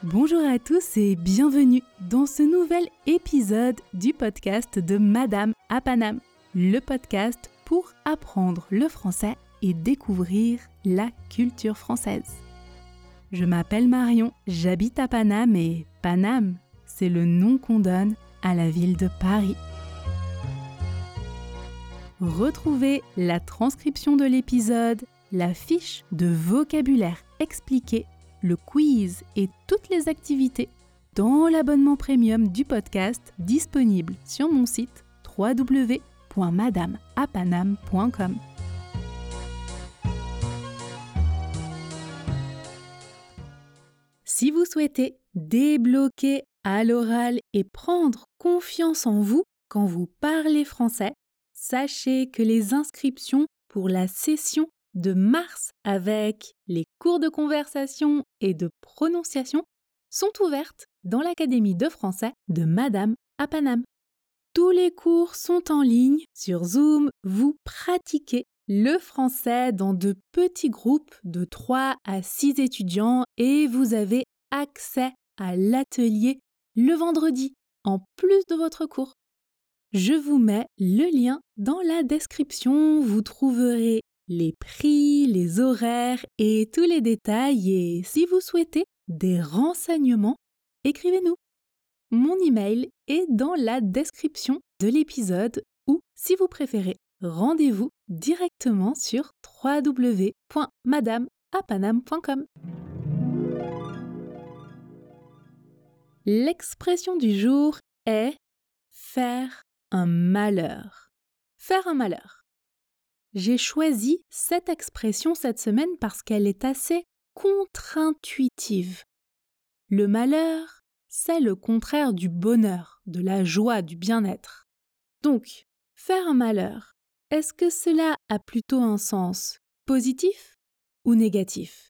Bonjour à tous et bienvenue dans ce nouvel épisode du podcast de Madame à Paname, le podcast pour apprendre le français et découvrir la culture française. Je m'appelle Marion, j'habite à Paname et Paname, c'est le nom qu'on donne à la ville de Paris. Retrouvez la transcription de l'épisode, la fiche de vocabulaire expliquée, le quiz et toutes les activités dans l'abonnement premium du podcast disponible sur mon site www.madameapaname.com. Si vous souhaitez débloquer à l'oral et prendre confiance en vous quand vous parlez français, sachez que les inscriptions pour la session de mars avec les cours de conversation et de prononciation sont ouvertes dans l'Académie de français de Madame à Paname. Tous les cours sont en ligne sur Zoom. Vous pratiquez le français dans de petits groupes de 3 à 6 étudiants et vous avez accès à l'atelier le vendredi en plus de votre cours. Je vous mets le lien dans la description. Vous trouverez les prix, les horaires et tous les détails. Et si vous souhaitez des renseignements, écrivez-nous. Mon email est dans la description de l'épisode ou, si vous préférez, rendez-vous directement sur www.madameapaname.com. L'expression du jour est faire un malheur. Faire un malheur. J'ai choisi cette expression cette semaine parce qu'elle est assez contre-intuitive. Le malheur, c'est le contraire du bonheur, de la joie, du bien-être. Donc, faire un malheur, est-ce que cela a plutôt un sens positif ou négatif?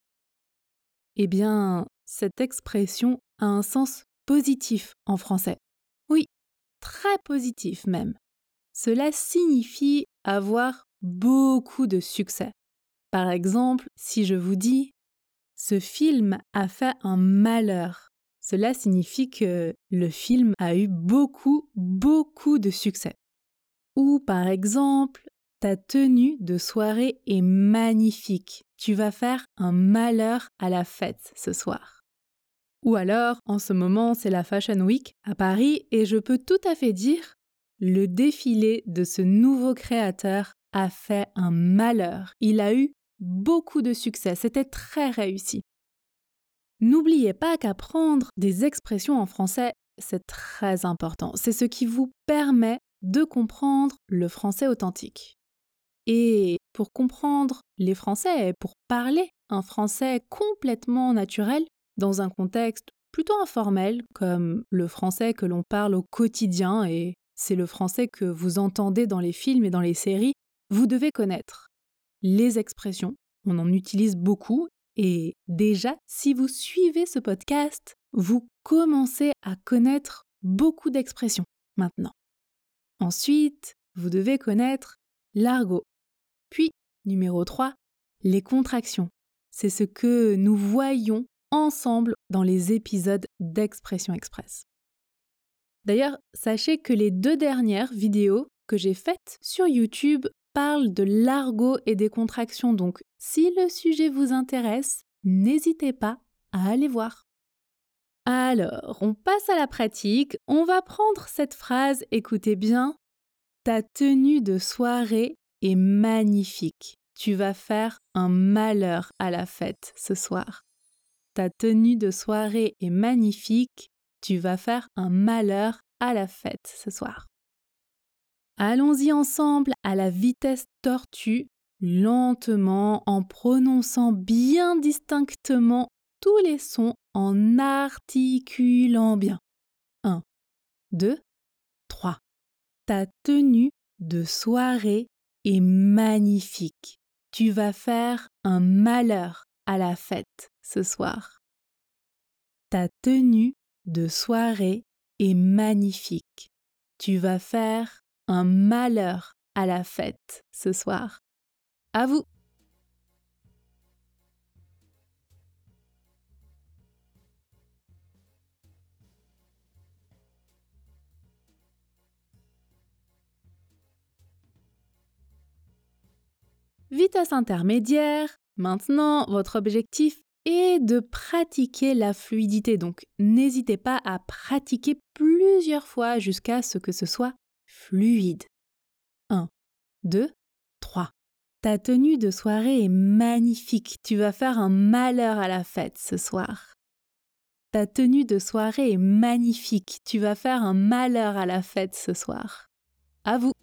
Eh bien, cette expression a un sens positif en français. Oui, très positif même. Cela signifie avoir beaucoup de succès. Par exemple, si je vous dis « ce film a fait un malheur », cela signifie que le film a eu beaucoup de succès. Ou par exemple, ta tenue de soirée est magnifique, tu vas faire un malheur à la fête ce soir. Ou alors, en ce moment, c'est la Fashion Week à Paris et je peux tout à fait dire le défilé de ce nouveau créateur a fait un malheur. Il a eu beaucoup de succès, c'était très réussi. N'oubliez pas qu'apprendre des expressions en français, c'est très important. C'est ce qui vous permet de comprendre le français authentique. Et pour comprendre les Français, pour parler un français complètement naturel, dans un contexte plutôt informel, comme le français que l'on parle au quotidien et c'est le français que vous entendez dans les films et dans les séries, vous devez connaître les expressions. On en utilise beaucoup et déjà, si vous suivez ce podcast, vous commencez à connaître beaucoup d'expressions maintenant. Ensuite, vous devez connaître l'argot. Puis, numéro 3, les contractions. C'est ce que nous voyons ensemble dans les épisodes d'Expression Express. D'ailleurs, sachez que les 2 dernières vidéos que j'ai faites sur YouTube parlent de l'argot et des contractions, donc si le sujet vous intéresse, n'hésitez pas à aller voir. Alors, on passe à la pratique, on va prendre cette phrase, écoutez bien, « Ta tenue de soirée est magnifique, tu vas faire un malheur à la fête ce soir. Ta tenue de soirée est magnifique, tu vas faire un malheur à la fête ce soir. » Allons-y ensemble à la vitesse tortue, lentement, en prononçant bien distinctement tous les sons, en articulant bien. 1, 2, 3. Ta tenue de soirée est magnifique. Tu vas faire un malheur à la fête ce soir. Ta tenue de soirée est magnifique. Tu vas faire un malheur à la fête ce soir. À vous! Vitesse intermédiaire. Maintenant, votre objectif est de pratiquer la fluidité. Donc, n'hésitez pas à pratiquer plusieurs fois jusqu'à ce que ce soit fluide. 1, 2, 3. Ta tenue de soirée est magnifique. Tu vas faire un malheur à la fête ce soir. Ta tenue de soirée est magnifique. Tu vas faire un malheur à la fête ce soir. À vous.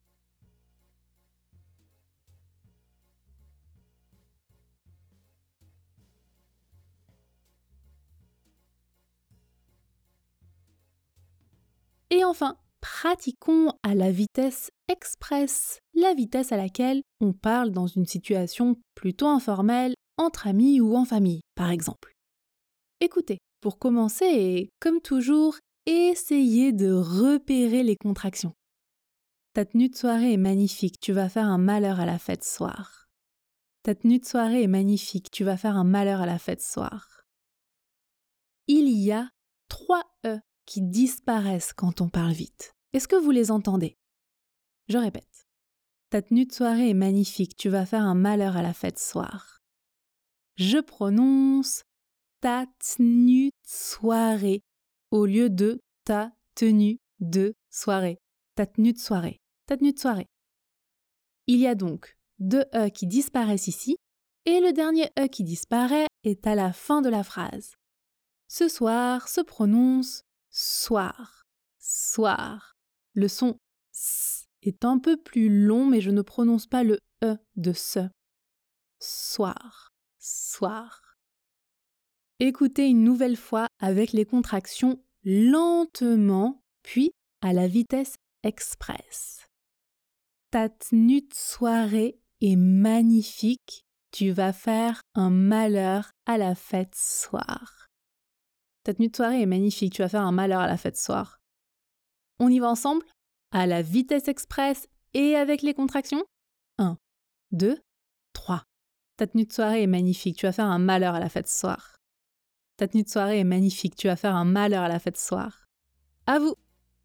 Et enfin, pratiquons à la vitesse express, la vitesse à laquelle on parle dans une situation plutôt informelle, entre amis ou en famille, par exemple. Écoutez, pour commencer, et comme toujours, essayez de repérer les contractions. Ta tenue de soirée est magnifique, tu vas faire un malheur à la fête ce soir. Ta tenue de soirée est magnifique, tu vas faire un malheur à la fête ce soir. Il y a 3 E qui disparaissent quand on parle vite. Est-ce que vous les entendez? Je répète. Ta tenue de soirée est magnifique, tu vas faire un malheur à la fête ce soir. Je prononce ta tenue de soirée au lieu de ta tenue de soirée. Ta tenue de soirée. Ta tenue de soirée. Il y a donc 2 E qui disparaissent ici et le dernier E qui disparaît est à la fin de la phrase. Ce soir se prononce soir, soir. Le son S est un peu plus long, mais je ne prononce pas le E de ce. Soir, soir. Écoutez une nouvelle fois avec les contractions lentement, puis à la vitesse express. Ta tenue de soirée est magnifique, tu vas faire un malheur à la fête ce soir. Ta tenue de soirée est magnifique, tu vas faire un malheur à la fête ce soir. On y va ensemble? À la vitesse express et avec les contractions? 1, 2, 3. Ta tenue de soirée est magnifique, tu vas faire un malheur à la fête ce soir. Ta tenue de soirée est magnifique, tu vas faire un malheur à la fête ce soir. À vous!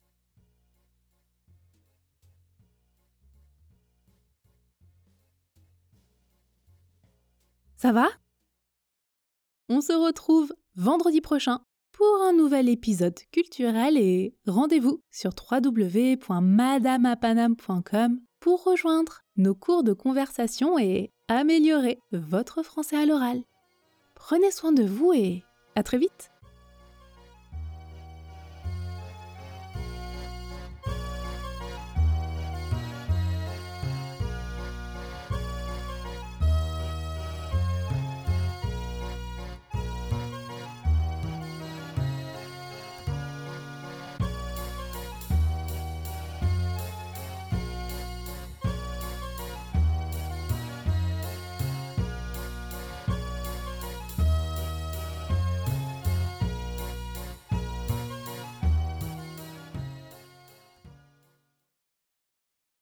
Ça va? On se retrouve vendredi prochain pour un nouvel épisode culturel et rendez-vous sur www.madamapanam.com pour rejoindre nos cours de conversation et améliorer votre français à l'oral. Prenez soin de vous et à très vite!